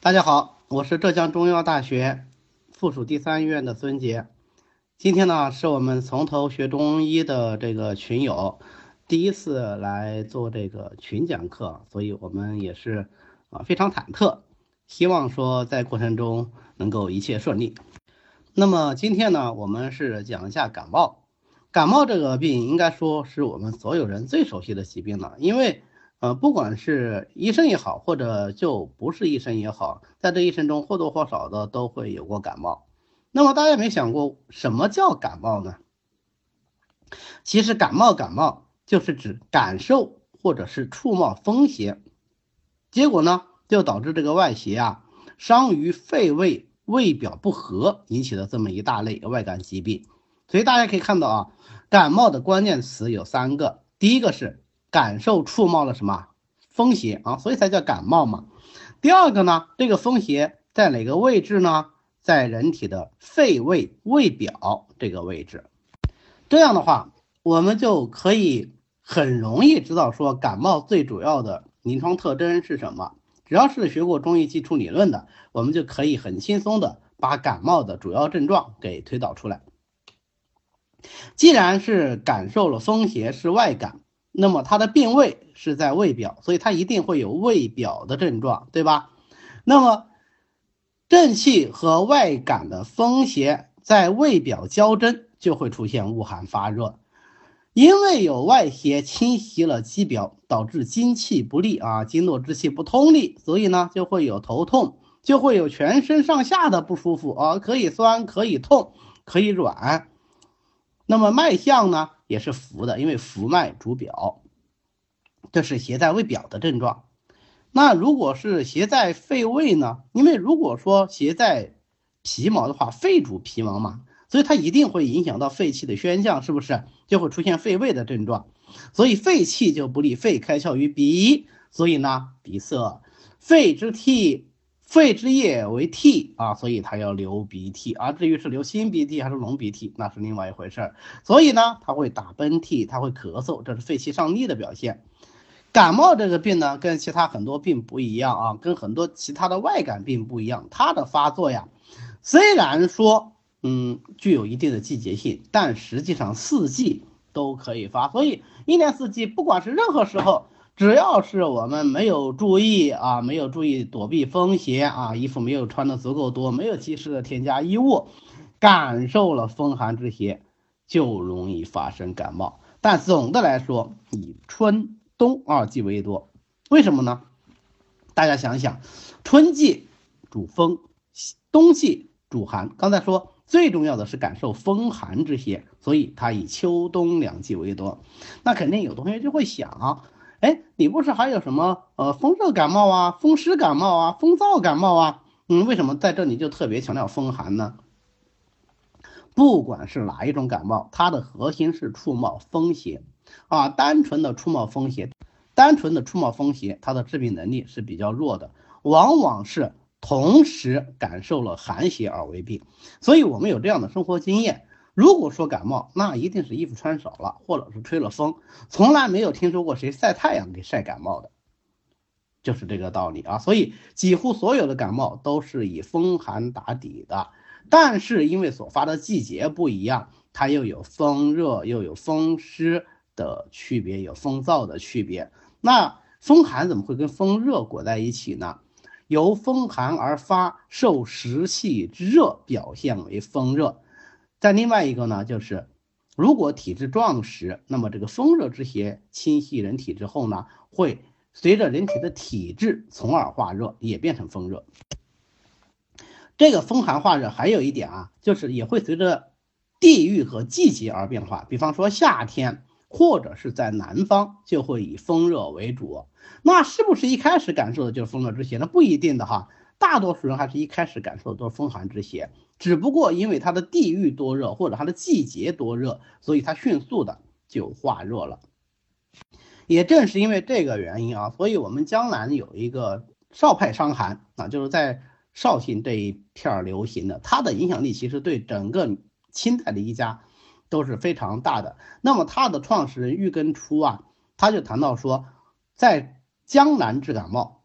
大家好，我是浙江中医药大学附属第三医院的孙杰。今天呢，是我们从头学中医的这个群友第一次来做这个群讲课，所以我们也是非常忐忑，希望说在过程中能够一切顺利。那么今天呢，我们是讲一下感冒。感冒这个病应该说是我们所有人最熟悉的疾病了，因为不管是医生也好，或者就不是医生也好，在这一生中或多或少的都会有过感冒。那么大家有没有想过什么叫感冒呢？其实感冒就是指感受或者是触冒风邪，结果呢就导致这个外邪伤于肺胃，胃表不和引起的这么一大类外感疾病。所以大家可以看到感冒的关键词有3个，第一个是感受触冒了什么风邪所以才叫感冒嘛。第二个呢，这个风邪在哪个位置呢？在人体的肺胃胃表这个位置。这样的话，我们就可以很容易知道说感冒最主要的临床特征是什么。只要是学过中医基础理论的，我们就可以很轻松的把感冒的主要症状给推导出来。既然是感受了风邪是外感，那么它的病位是在胃表，所以它一定会有胃表的症状，对吧？那么正气和外感的风邪在胃表交争，就会出现恶寒发热。因为有外邪侵袭了肌表，导致精气不利经络之气不通利，所以呢就会有头痛，就会有全身上下的不舒服可以酸，可以痛，可以软。那么脉象呢也是浮的，因为浮脉主表，这是邪在胃表的症状。那如果是邪在肺胃呢？因为如果说邪在皮毛的话，肺主皮毛嘛，所以它一定会影响到肺气的宣降，是不是就会出现肺胃的症状？所以肺气就不利，肺开窍于鼻，所以呢鼻塞，肺之涕，肺之液为涕所以它要流鼻涕至于是流清鼻涕还是浓鼻涕，那是另外一回事。所以呢，它会打喷嚏，它会咳嗽，这是肺气上逆的表现。感冒这个病呢，跟其他很多病不一样跟很多其他的外感病不一样，它的发作虽然说具有一定的季节性，但实际上4季都可以发，所以1年4季不管是任何时候，只要是我们没有注意没有注意躲避风邪衣服没有穿的足够多，没有及时的添加衣物，感受了风寒之邪，就容易发生感冒。但总的来说，以春冬2季为多。为什么呢？大家想想，春季主风，冬季主寒。刚才说最重要的是感受风寒之邪，所以它以秋冬2季为多。那肯定有同学就会想，你不是还有什么风热感冒风湿感冒风燥感冒为什么在这里就特别强调风寒呢？不管是哪一种感冒，它的核心是触冒风邪单纯的触冒风邪，它的致病能力是比较弱的，往往是同时感受了寒邪而为病。所以我们有这样的生活经验，如果说感冒，那一定是衣服穿少了，或者是吹了风，从来没有听说过谁晒太阳给晒感冒的，就是这个道理所以几乎所有的感冒都是以风寒打底的。但是因为所发的季节不一样，它又有风热又有风湿的区别，有风燥的区别。那风寒怎么会跟风热裹在一起呢？由风寒而发，受湿气之热，表现为风热。再另外一个呢，就是如果体质壮实，那么这个风热之邪侵袭人体之后呢，会随着人体的体质从而化热，也变成风热。这个风寒化热还有一点就是也会随着地域和季节而变化。比方说夏天或者是在南方就会以风热为主，那是不是一开始感受的就是风热之邪？那不一定的大多数人还是一开始感受的都是风寒之邪，只不过因为它的地域多热或者它的季节多热，所以它迅速的就化热了。也正是因为这个原因所以我们江南有一个少派伤寒就是在绍兴这一片流行的，它的影响力其实对整个清代的医家都是非常大的。那么它的创始人郁根初他就谈到说，在江南治感冒，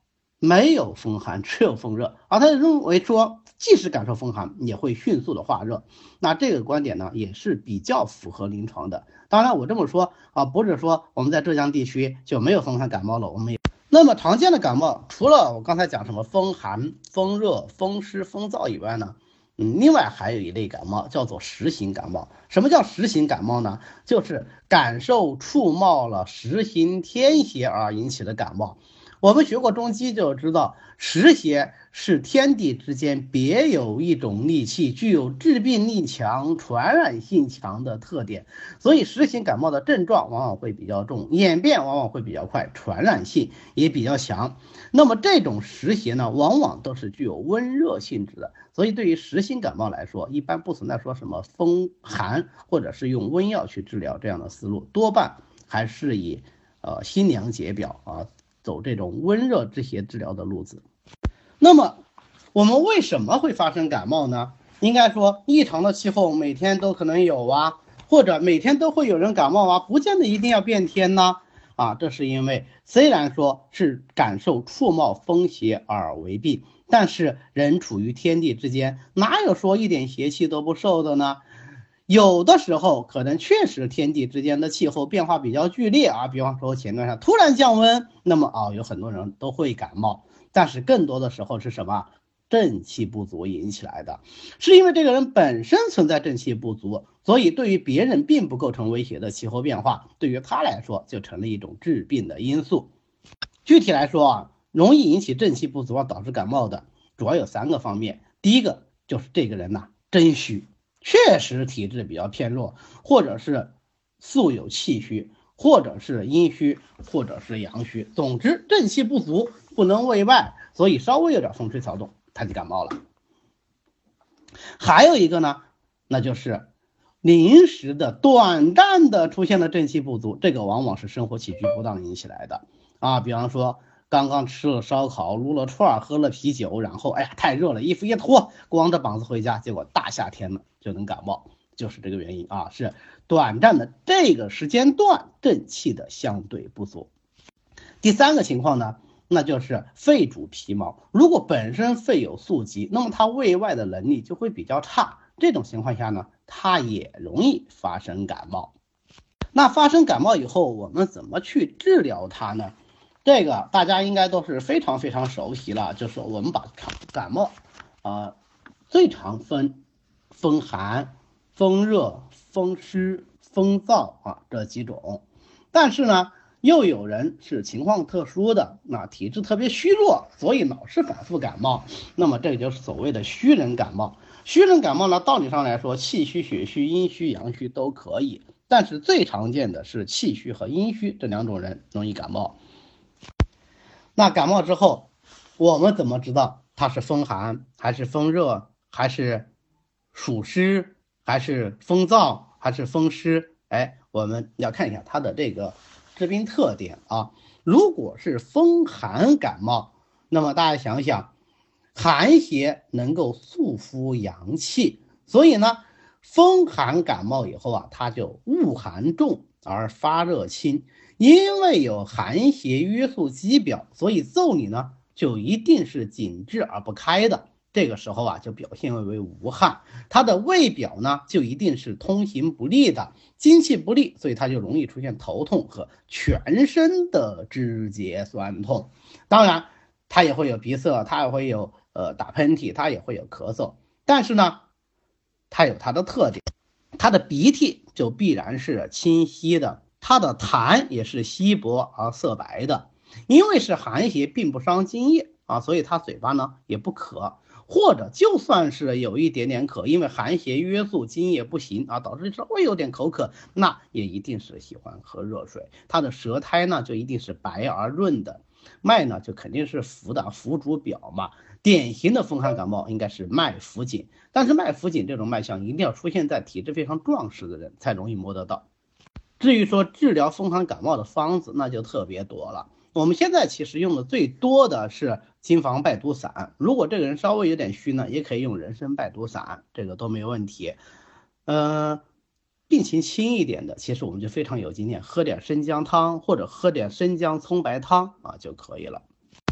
没有风寒，只有风热，而他认为说，即使感受风寒，也会迅速的化热。那这个观点呢，也是比较符合临床的。当然，我这么说啊，不是说我们在浙江地区就没有风寒感冒了，我们也。那么常见的感冒，除了我刚才讲什么风寒、风热、风湿、风燥以外呢，另外还有一类感冒叫做实行感冒。什么叫实行感冒呢？就是感受触冒了实行天邪而引起的感冒。我们学过中医就知道，实邪是天地之间别有一种戾气，具有致病力强、传染性强的特点，所以实行感冒的症状往往会比较重，演变往往会比较快，传染性也比较强。那么这种实邪呢，往往都是具有温热性质的，所以对于实行感冒来说，一般不存在说什么风寒或者是用温药去治疗这样的思路，多半还是以辛凉解表啊，走这种温热之邪治疗的路子。那么我们为什么会发生感冒呢？应该说异常的气候每天都可能有啊，或者每天都会有人感冒啊，不见得一定要变天呢。这是因为虽然说是感受触冒风邪而为病，但是人处于天地之间，哪有说一点邪气都不受的呢？有的时候可能确实天地之间的气候变化比较剧烈啊，比方说前段时间突然降温，那么有很多人都会感冒，但是更多的时候是什么？正气不足引起来的，是因为这个人本身存在正气不足，所以对于别人并不构成威胁的气候变化，对于他来说就成了一种致病的因素。具体来说容易引起正气不足导致感冒的主要有3个方面。第一个就是这个人真虚，确实体质比较偏弱，或者是素有气虚，或者是阴虚，或者是阳虚，总之正气不足，不能为外，所以稍微有点风吹草动他就感冒了。还有一个呢，那就是临时的短暂的出现了正气不足，这个往往是生活起居不当引起来的比方说刚刚吃了烧烤，撸了串，喝了啤酒，然后太热了，衣服一脱，光着膀子回家，结果大夏天了就能感冒，就是这个原因是短暂的这个时间段正气的相对不足。第3个情况呢，那就是肺主皮毛，如果本身肺有宿疾，那么它卫外的能力就会比较差，这种情况下呢，它也容易发生感冒。那发生感冒以后，我们怎么去治疗它呢？这个大家应该都是非常非常熟悉了，就是我们把感冒最常分风寒、风热、风湿、风燥这几种，但是呢，又有人是情况特殊的，体质特别虚弱，所以老是反复感冒，那么这就是所谓的虚人感冒。虚人感冒呢，道理上来说，气虚、血虚、阴虚、阳虚都可以，但是最常见的是气虚和阴虚这2种人容易感冒。那感冒之后，我们怎么知道它是风寒还是风热还是暑湿还是风燥还是风湿？我们要看一下它的这个致病特点如果是风寒感冒，那么大家想想，寒邪能够肃肤阳气，所以呢，风寒感冒以后它就恶寒重而发热轻。因为有寒邪约束肌表，所以腠理呢就一定是紧致而不开的。这个时候就表现为无汗，它的胃表呢就一定是通行不利的，精气不利，所以它就容易出现头痛和全身的肢节酸痛。当然，它也会有鼻塞，它也会有打喷嚏，它也会有咳嗽，但是呢，它有它的特点，它的鼻涕就必然是清晰的。它的痰也是稀薄而色白的，因为是寒邪并不伤津液所以它嘴巴呢也不渴，或者就算是有一点点渴，因为寒邪约束津液不行导致稍微有点口渴，那也一定是喜欢喝热水。它的舌苔呢就一定是白而润的，脉呢就肯定是浮的，浮主表嘛。典型的风寒感冒应该是脉浮紧，但是脉浮紧这种脉象一定要出现在体质非常壮实的人才容易摸得到。至于说治疗风寒感冒的方子，那就特别多了。我们现在其实用的最多的是金防败毒散，如果这个人稍微有点虚呢，也可以用人参败毒散，这个都没有问题。病情轻一点的，其实我们就非常有经验，喝点生姜汤或者喝点生姜葱白汤就可以了。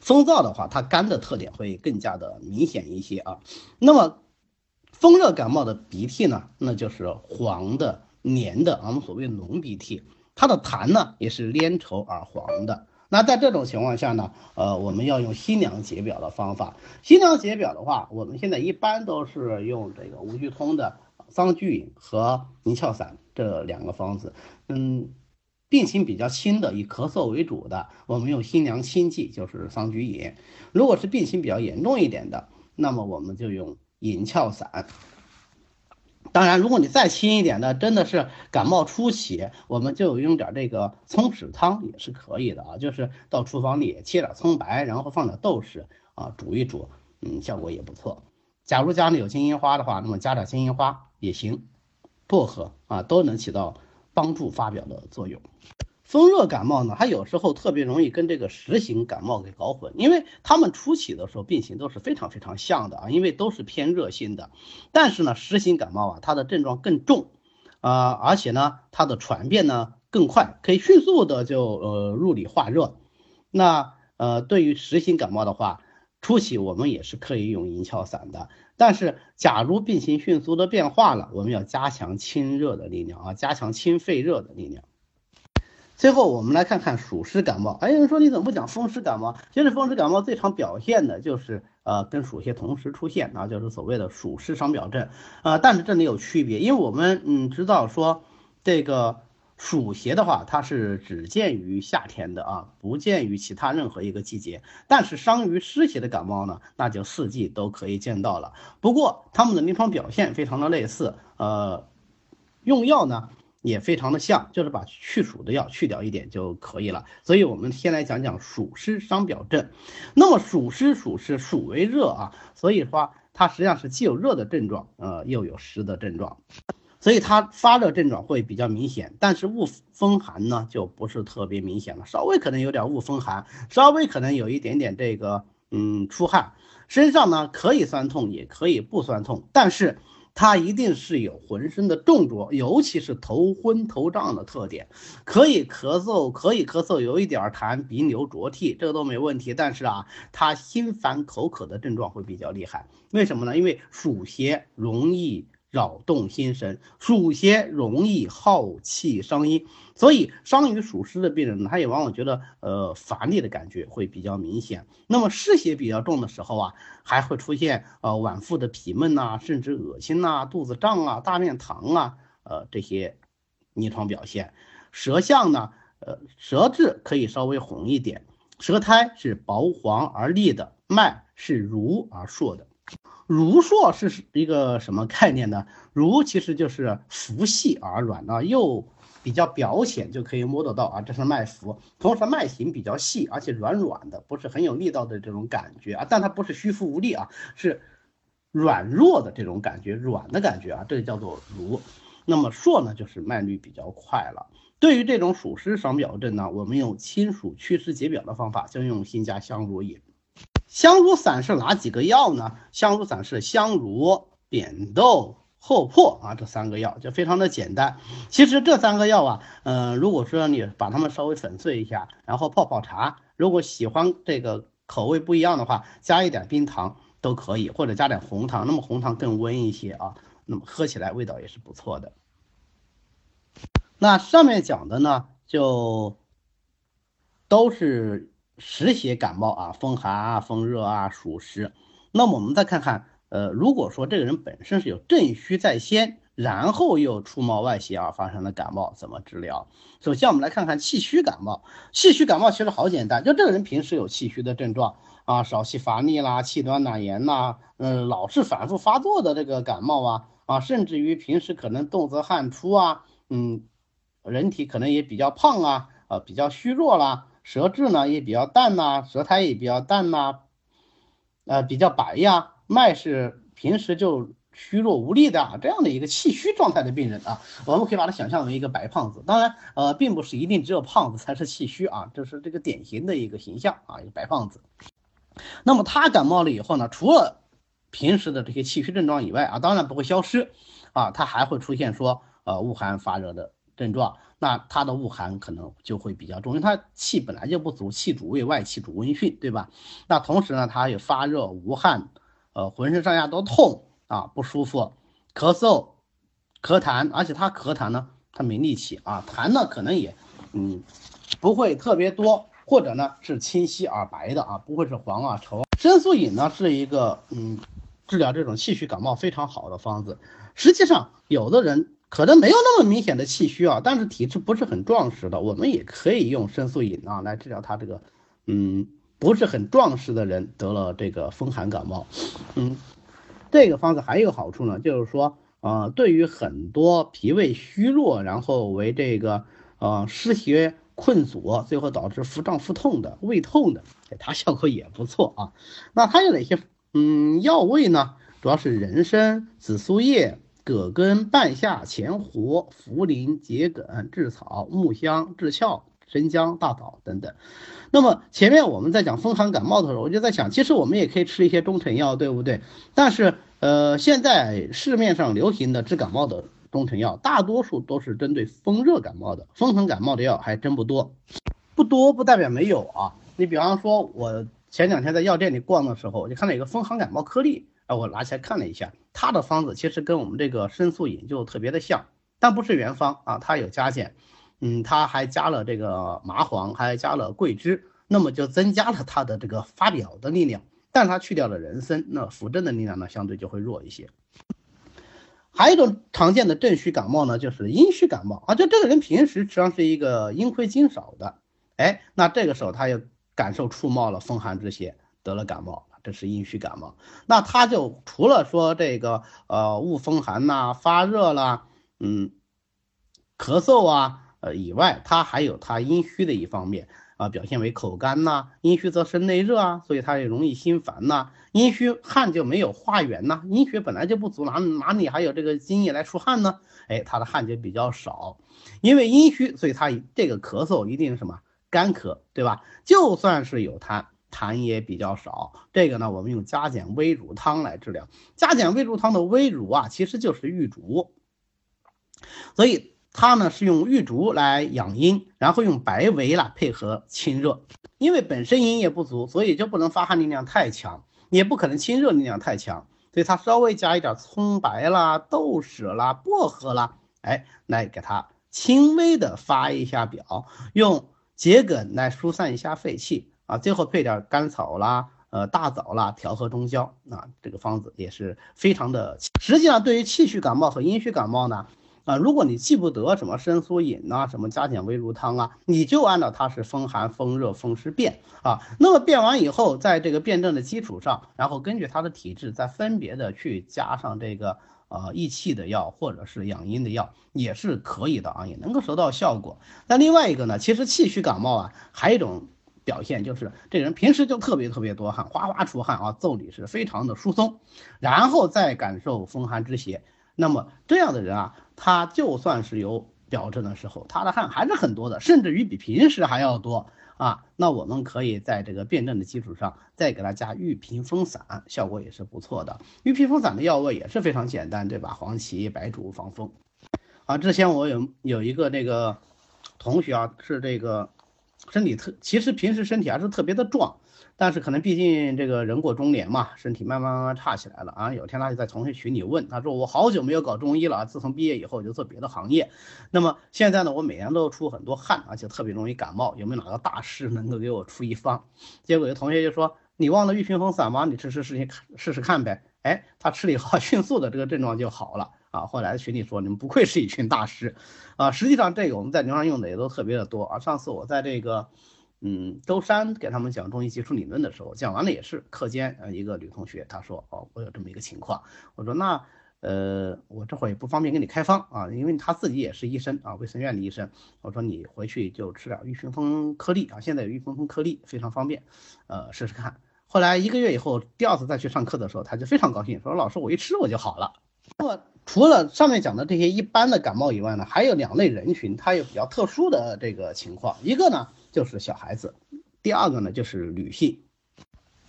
风燥的话，它干的特点会更加的明显一些啊。那么风热感冒的鼻涕呢，那就是黄的、黏的，我们所谓浓鼻涕，它的痰呢也是粘稠而黄的。那在这种情况下呢，我们要用辛凉解表的方法。辛凉解表的话，我们现在一般都是用这个吴鞠通的桑菊饮和银翘散这2个方子。病情比较轻的，以咳嗽为主的，我们用辛凉清剂，就是桑菊饮。如果是病情比较严重一点的，那么我们就用银翘散。当然，如果你再轻一点的，真的是感冒初期，我们就用点这个葱豉汤也是可以的啊，就是到厨房里切点葱白，然后放点豆豉啊，煮一煮，效果也不错。假如家里有金银花的话，那么加点金银花也行，薄荷啊都能起到帮助发表的作用。风热感冒呢，它有时候特别容易跟这个实型感冒给搞混，因为他们初期的时候病情都是非常非常像的啊，因为都是偏热性的。但是呢，实型感冒啊，它的症状更重，而且呢，它的传变呢更快，可以迅速的就入里化热。那对于实型感冒的话，初期我们也是可以用银翘散的，但是假如病情迅速的变化了，我们要加强清热的力量啊，加强清肺热的力量。最后我们来看看暑湿感冒。有人说你怎么不讲风湿感冒？其实风湿感冒最常表现的就是跟暑邪同时出现啊，就是所谓的暑湿伤表症。但是这里有区别，因为我们知道说这个暑邪的话，它是只见于夏天的啊，不见于其他任何一个季节。但是伤于湿邪的感冒呢，那就4季都可以见到了。不过他们的临床表现非常的类似，用药呢也非常的像，就是把去暑的药去掉一点就可以了。所以我们先来讲讲暑湿伤表症。那么暑湿暑为热啊，所以说它实际上是既有热的症状，又有湿的症状，所以它发热症状会比较明显，但是恶风寒呢就不是特别明显了，稍微可能有点恶风寒，稍微可能有一点点这个出汗，身上呢可以酸痛也可以不酸痛，但是它一定是有浑身的重浊，尤其是头昏头胀的特点，可以咳嗽，有一点痰，鼻流浊涕，这个都没问题。但是它心烦口渴的症状会比较厉害。为什么呢？因为暑邪容易扰动心神，暑邪容易耗气伤阴，所以伤于暑湿的病人呢，他也往往觉得乏力的感觉会比较明显。那么湿邪比较重的时候还会出现脘腹的痞闷甚至恶心肚子胀大便溏这些临床表现。舌象呢，舌质可以稍微红一点，舌苔是薄黄而利的，脉是濡而数的。濡数是一个什么概念呢？濡其实就是浮细而软又比较表浅，就可以摸得到这是脉浮，同时脉形比较细，而且软软的，不是很有力道的这种感觉但它不是虚浮无力是软弱的这种感觉，软的感觉这个叫做濡。那么数呢，就是脉率比较快了。对于这种暑湿伤表症呢，我们用清暑祛湿解表的方法，就用辛加香茹饮。香茹散是哪几个药呢？香茹散是香茹、扁豆、厚朴这3个药，就非常的简单。其实这3个药如果说你把它们稍微粉碎一下，然后泡茶，如果喜欢这个口味不一样的话，加一点冰糖都可以，或者加点红糖，那么红糖更温一些那么喝起来味道也是不错的。那上面讲的呢，就都是湿邪感冒风寒风热暑湿。那么我们再看看如果说这个人本身是有正虚在先，然后又出冒外邪发生了感冒，怎么治疗？首先我们来看看气虚感冒。气虚感冒其实好简单，就这个人平时有气虚的症状少气乏力啦，气短胆炎老是反复发作的这个感冒甚至于平时可能动则汗出人体可能也比较胖比较虚弱啦，舌质呢也比较淡舌苔也比较淡比较白脉是平时就虚弱无力的这样的一个气虚状态的病人我们可以把它想象为一个白胖子。当然并不是一定只有胖子才是气虚这是这个典型的一个形象一个白胖子。那么他感冒了以后呢，除了平时的这些气虚症状以外当然不会消失他还会出现说恶寒发热的症状，那它的恶寒可能就会比较重，因为它气本来就不足，气主胃外，气主温煦，对吧？那同时呢，它有发热、无汗，浑身上下都痛啊，不舒服，咳嗽、咳痰，而且它咳痰呢，它没力气啊，痰呢可能也不会特别多，或者呢是清晰而白的啊，不会是黄啊稠。生素饮呢是一个治疗这种气虚感冒非常好的方子。实际上，有的人可能没有那么明显的气虚啊，但是体质不是很壮实的，我们也可以用生素饮啊来治疗他这个不是很壮实的人得了这个风寒感冒。这个方子还有一个好处呢，就是说对于很多脾胃虚弱，然后为这个湿邪困阻，最后导致腹胀腹痛的、胃痛的，它效果也不错啊。那它有哪些药味呢？主要是人参、紫苏叶、葛根、半夏、前胡、茯苓、桔梗、炙草、木香、炙壳、生姜、大枣等等。那么前面我们在讲风寒感冒的时候，我就在想，其实我们也可以吃一些中成药，对不对？但是现在市面上流行的治感冒的中成药，大多数都是针对风热感冒的，风寒感冒的药还真不多。不多不代表没有啊。你比方说，我前2天在药店里逛的时候，我就看到一个风寒感冒颗粒，我拿起来看了一下，它的方子其实跟我们这个生素饮就特别的像，但不是原方啊，它有加减，它还加了这个麻黄，还加了桂枝，那么就增加了它的这个发表的力量，但它去掉了人参，那扶正的力量呢相对就会弱一些。还有一种常见的正虚感冒呢，就是阴虚感冒啊，就这个人平时实际上是一个阴亏精少的，那这个时候他又感受触冒了风寒之邪，得了感冒，这是阴虚感冒。那他就除了说这个恶风寒呐、发热啦、咳嗽啊以外，他还有他阴虚的一方面表现为口干呐，阴虚则生内热啊，所以他也容易心烦呐。阴虚汗就没有化源呐，阴血本来就不足，哪里还有这个津液来出汗呢？他的汗就比较少，因为阴虚，所以他这个咳嗽一定是什么干咳，对吧？就算是有痰也比较少。这个呢，我们用加减微乳汤来治疗。加减微乳汤的微乳啊，其实就是玉竹，所以它呢是用玉竹来养阴，然后用白维来配合清热。因为本身阴液不足，所以就不能发汗力量太强，也不可能清热力量太强，所以它稍微加一点葱白啦、豆豉啦、薄荷啦，来给它轻微的发一下表，用桔梗来疏散一下肺气啊，最后配点甘草啦、大枣啦，调和中焦啊，这个方子也是非常的。实际上，对于气虚感冒和阴虚感冒呢，如果你记不得什么生苏饮呐，什么加减微乳汤啊，你就按照它是风寒、风热、风湿变啊。那么变完以后，在这个辩证的基础上，然后根据它的体质，再分别的去加上这个益气的药或者是养阴的药，也是可以的啊，也能够收到效果。那另外一个呢，其实气虚感冒还有一种表现就是这人平时就特别多汗，哗哗出汗啊，腠理是非常的疏松，然后再感受风寒之邪。那么这样的人他就算是有表症的时候，他的汗还是很多的，甚至于比平时还要多那我们可以在这个辩证的基础上，再给他加玉屏风散，效果也是不错的。玉屏风散的药味也是非常简单，对吧？黄芪、白术、防风。之前我有一个那个同学是这个身体其实平时身体还是特别的壮，但是可能毕竟这个人过中年嘛，身体慢慢差起来了有天他就在同学群里问，他说我好久没有搞中医了，自从毕业以后就做别的行业，那么现在呢，我每年都出很多汗，而且特别容易感冒，有没有哪个大师能够给我出一方？结果有同学就说，你忘了玉屏风散吗？你试试看呗。他吃了以后迅速的这个症状就好了后来群里说，你们不愧是一群大师实际上这个我们在临床上用的也都特别的多上次我在这个舟山给他们讲中医基础理论的时候，讲完了也是课间一个女同学她说我有这么一个情况，我说那我这会儿也不方便给你开方因为她自己也是医生卫生院的医生，我说你回去就吃点玉屏风颗粒现在有玉屏风颗粒非常方便试试看。后来1个月以后，第2次再去上课的时候，他就非常高兴，说老师我一吃我就好了。那么除了上面讲的这些一般的感冒以外呢，还有2类人群，它有比较特殊的这个情况，一个呢就是小孩子，第2个呢就是女性。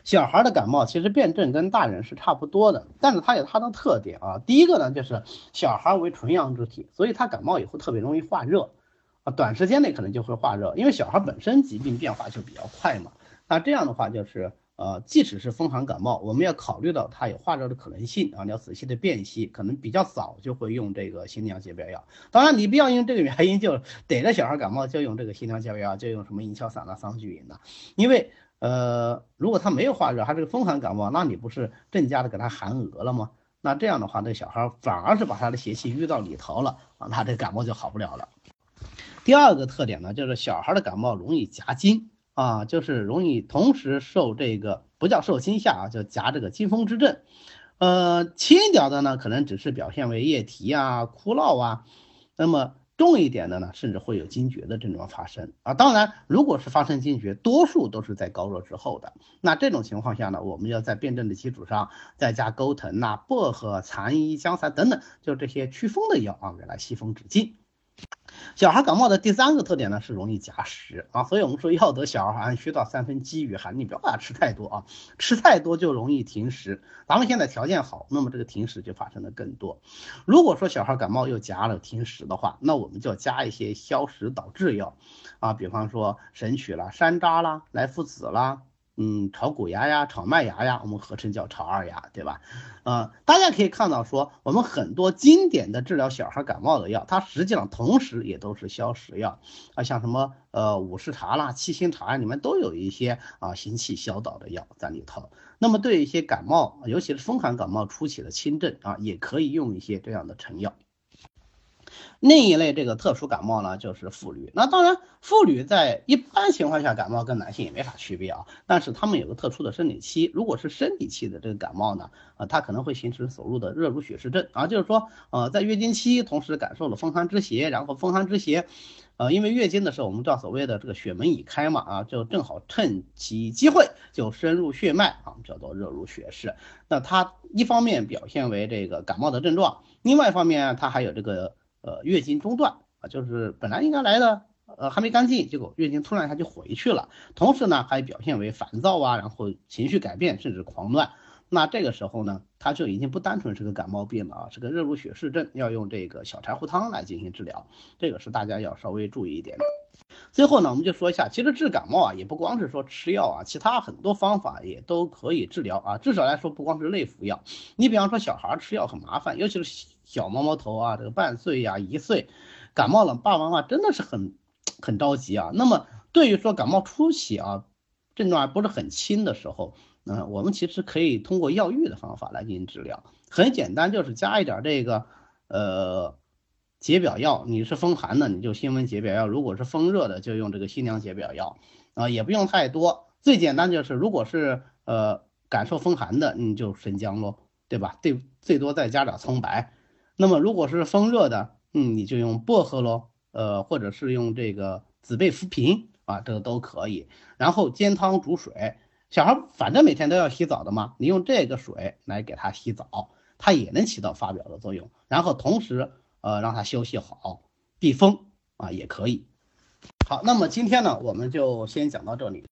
小孩的感冒其实辨证跟大人是差不多的，但是它有它的特点啊。第一个呢，就是小孩为纯阳之体，所以他感冒以后特别容易化热啊，短时间内可能就会化热，因为小孩本身疾病变化就比较快嘛。那这样的话就是即使是风寒感冒，我们要考虑到它有化热的可能性啊，你要仔细的辨析，可能比较早就会用这个新娘解表药。当然，你不要因为这个原因就逮着小孩感冒就用这个新娘解表药，就用什么银翘散啦、桑菊饮啦，因为如果他没有化热，还是个风寒感冒，那你不是更加的给他寒恶了吗？那这样的话，这小孩反而是把他的邪气淤到里头了啊，那这感冒就好不了了。第二个特点呢，就是小孩的感冒容易夹惊啊，就是容易同时受这个不叫受惊吓啊，就夹这个惊风之症。轻一点的呢，可能只是表现为夜啼啊、哭闹啊，那么重一点的呢，甚至会有惊厥的症状发生啊。当然，如果是发生惊厥，多数都是在高热之后的。那这种情况下呢，我们要在辨证的基础上再加钩藤呐、薄荷、蚕衣、姜蚕等等，就这些祛风的药啊，给它吸风止痉。小孩感冒的第三个特点呢是容易夹食啊，所以我们说要得小儿寒，需到3分饥与寒，你不要把它吃太多啊，吃太多就容易停食。咱们现在条件好，那么这个停食就发生的更多。如果说小孩感冒又夹了停食的话，那我们就要加一些消食导滞药啊，比方说神曲啦、山楂啦、莱菔子啦。炒谷芽呀、炒麦芽呀，我们合称叫炒二芽，对吧？大家可以看到说，我们很多经典的治疗小孩感冒的药，它实际上同时也都是消食药啊，像什么五石茶啦、七星茶里面都有一些行气消导的药在里头。那么对一些感冒，尤其是风寒感冒初期的轻症啊，也可以用一些这样的成药。另一类这个特殊感冒呢，就是妇女。那当然，妇女在一般情况下感冒跟男性也没啥区别啊，但是他们有个特殊的生理期。如果是生理期的这个感冒呢，它可能会形成所谓的热如血湿症啊，就是说，在月经期同时感受了风寒之邪，然后风寒之邪，因为月经的时候我们叫所谓的这个血门已开嘛啊，就正好趁其机会就深入血脉啊，叫做热如血湿。那它一方面表现为这个感冒的症状，另外一方面它还有这个月经中断啊，就是本来应该来的还没干净，结果月经突然一下就回去了。同时呢，还表现为烦躁啊，然后情绪改变，甚至狂乱。那这个时候呢，它就已经不单纯是个感冒病了啊，是个热如血湿症，要用这个小柴胡汤来进行治疗，这个是大家要稍微注意一点的。最后呢，我们就说一下，其实治感冒啊，也不光是说吃药啊，其他很多方法也都可以治疗啊。至少来说，不光是类服药，你比方说小孩吃药很麻烦，尤其是小毛毛头啊，这个半岁呀、1岁，感冒了，爸爸妈妈真的是很着急啊。那么对于说感冒初期啊，症状还不是很轻的时候，我们其实可以通过药浴的方法来进行治疗，很简单，就是加一点这个解表药，你是风寒的，你就辛温解表药；如果是风热的，就用这个新娘解表药也不用太多。最简单就是，如果是感受风寒的，你就生姜咯，对吧？最多再加点葱白。那么如果是风热的，你就用薄荷咯，或者是用这个紫贝浮萍啊，这个都可以。然后煎汤煮水，小孩反正每天都要洗澡的嘛，你用这个水来给他洗澡，它也能起到发表的作用。然后同时让他休息好，避风啊也可以。好，那么今天呢，我们就先讲到这里。